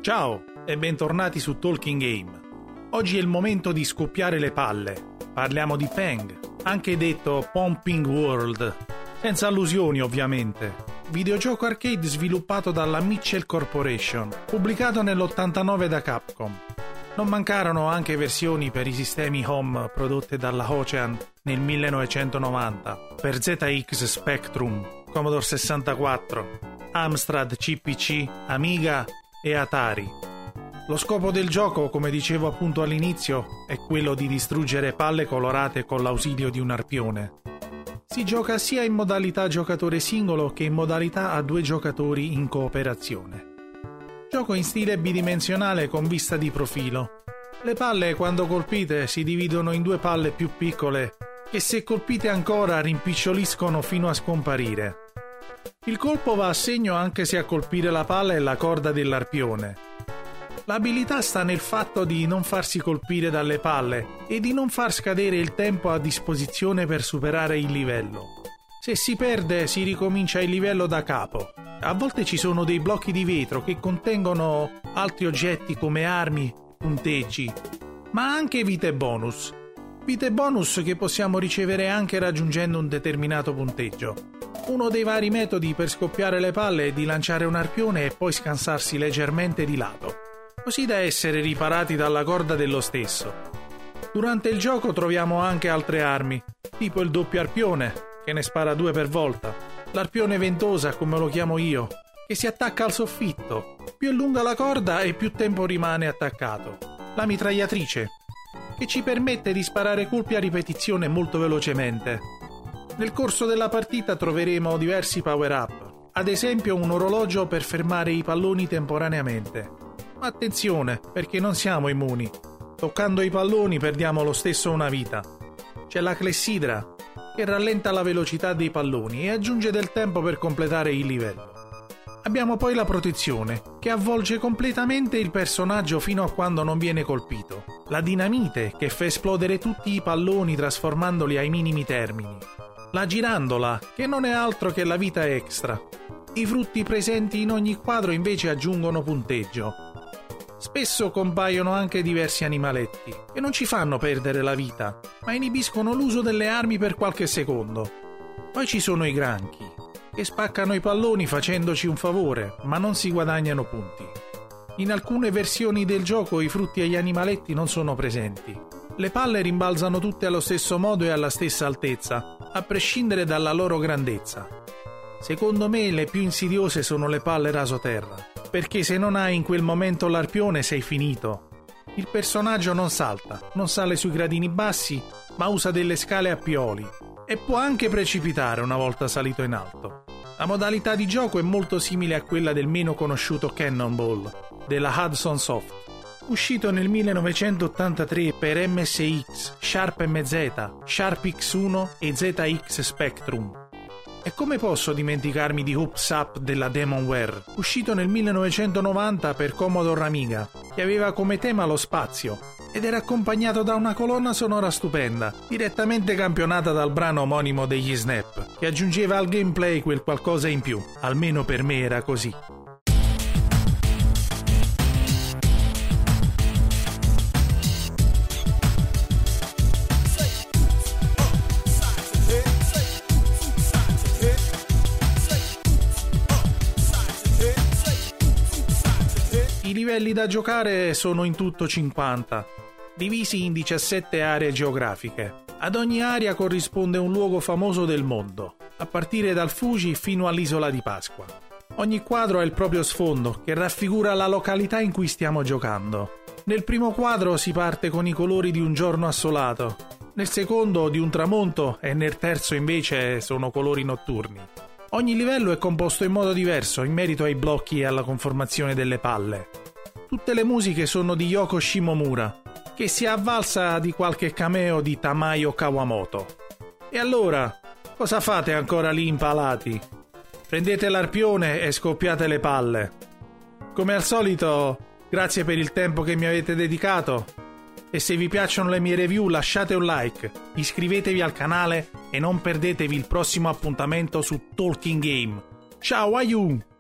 Ciao e bentornati su Talking Game. Oggi è il momento di scoppiare le palle. Parliamo di Peng, anche detto Pumping World, senza allusioni ovviamente. Videogioco arcade sviluppato dalla Mitchell Corporation, pubblicato nell'89 da Capcom. Non mancarono anche versioni per i sistemi home prodotte dalla Ocean nel 1990, per ZX Spectrum, Commodore 64, Amstrad CPC, Amiga e Atari. Lo scopo del gioco, come dicevo appunto all'inizio, è quello di distruggere palle colorate con l'ausilio di un arpione. Si gioca sia in modalità giocatore singolo che in modalità a 2 giocatori in cooperazione. Gioco in stile bidimensionale con vista di profilo. Le palle, quando colpite, si dividono in 2 palle più piccole che, se colpite ancora, rimpiccioliscono fino a scomparire. Il colpo va a segno anche se a colpire la palla è la corda dell'arpione. L'abilità sta nel fatto di non farsi colpire dalle palle e di non far scadere il tempo a disposizione per superare il livello. Se si perde, si ricomincia il livello da capo. A volte ci sono dei blocchi di vetro che contengono altri oggetti come armi, punteggi, ma anche vite bonus. Vite bonus che possiamo ricevere anche raggiungendo un determinato punteggio. Uno dei vari metodi per scoppiare le palle è di lanciare un arpione e poi scansarsi leggermente di lato, così da essere riparati dalla corda dello stesso. Durante il gioco troviamo anche altre armi, tipo il doppio arpione, che ne spara 2 per volta, l'arpione ventosa, come lo chiamo io, che si attacca al soffitto. Più è lunga la corda e più tempo rimane attaccato. La mitragliatrice, che ci permette di sparare colpi a ripetizione molto velocemente. Nel corso della partita troveremo diversi power-up, ad esempio un orologio per fermare i palloni temporaneamente. Ma attenzione, perché non siamo immuni. Toccando i palloni perdiamo lo stesso una vita. C'è la clessidra, che rallenta la velocità dei palloni e aggiunge del tempo per completare il livello. Abbiamo poi la protezione, che avvolge completamente il personaggio fino a quando non viene colpito. La dinamite, che fa esplodere tutti i palloni trasformandoli ai minimi termini. La girandola, che non è altro che la vita extra. I frutti presenti in ogni quadro invece aggiungono punteggio. Spesso compaiono anche diversi animaletti, che non ci fanno perdere la vita, ma inibiscono l'uso delle armi per qualche secondo. Poi ci sono i granchi, che spaccano i palloni facendoci un favore, ma non si guadagnano punti. In alcune versioni del gioco i frutti e gli animaletti non sono presenti. Le palle rimbalzano tutte allo stesso modo e alla stessa altezza, a prescindere dalla loro grandezza. Secondo me le più insidiose sono le palle rasoterra, perché se non hai in quel momento l'arpione sei finito. Il personaggio non salta, non sale sui gradini bassi, ma usa delle scale a pioli e può anche precipitare una volta salito in alto. La modalità di gioco è molto simile a quella del meno conosciuto Cannonball della Hudson Soft, uscito nel 1983 per MSX, Sharp MZ, Sharp X1 e ZX Spectrum. E come posso dimenticarmi di Hoops Up della Demonware, uscito nel 1990 per Commodore Amiga, che aveva come tema lo spazio ed era accompagnato da una colonna sonora stupenda, direttamente campionata dal brano omonimo degli Snap, che aggiungeva al gameplay quel qualcosa in più, almeno per me era così. I livelli da giocare sono in tutto 50, divisi in 17 aree geografiche. Ad ogni area corrisponde un luogo famoso del mondo, a partire dal Fuji fino all'isola di Pasqua. Ogni quadro ha il proprio sfondo, che raffigura la località in cui stiamo giocando. Nel primo quadro si parte con i colori di un giorno assolato, nel secondo di un tramonto e nel terzo invece sono colori notturni. Ogni livello è composto in modo diverso in merito ai blocchi e alla conformazione delle palle. Tutte le musiche sono di Yoko Shimomura, che si è avvalsa di qualche cameo di Tamayo Kawamoto. E allora, cosa fate ancora lì impalati? Prendete l'arpione e scoppiate le palle. Come al solito, grazie per il tempo che mi avete dedicato. E se vi piacciono le mie review lasciate un like, iscrivetevi al canale e non perdetevi il prossimo appuntamento su Talking Game. Ciao, aiù!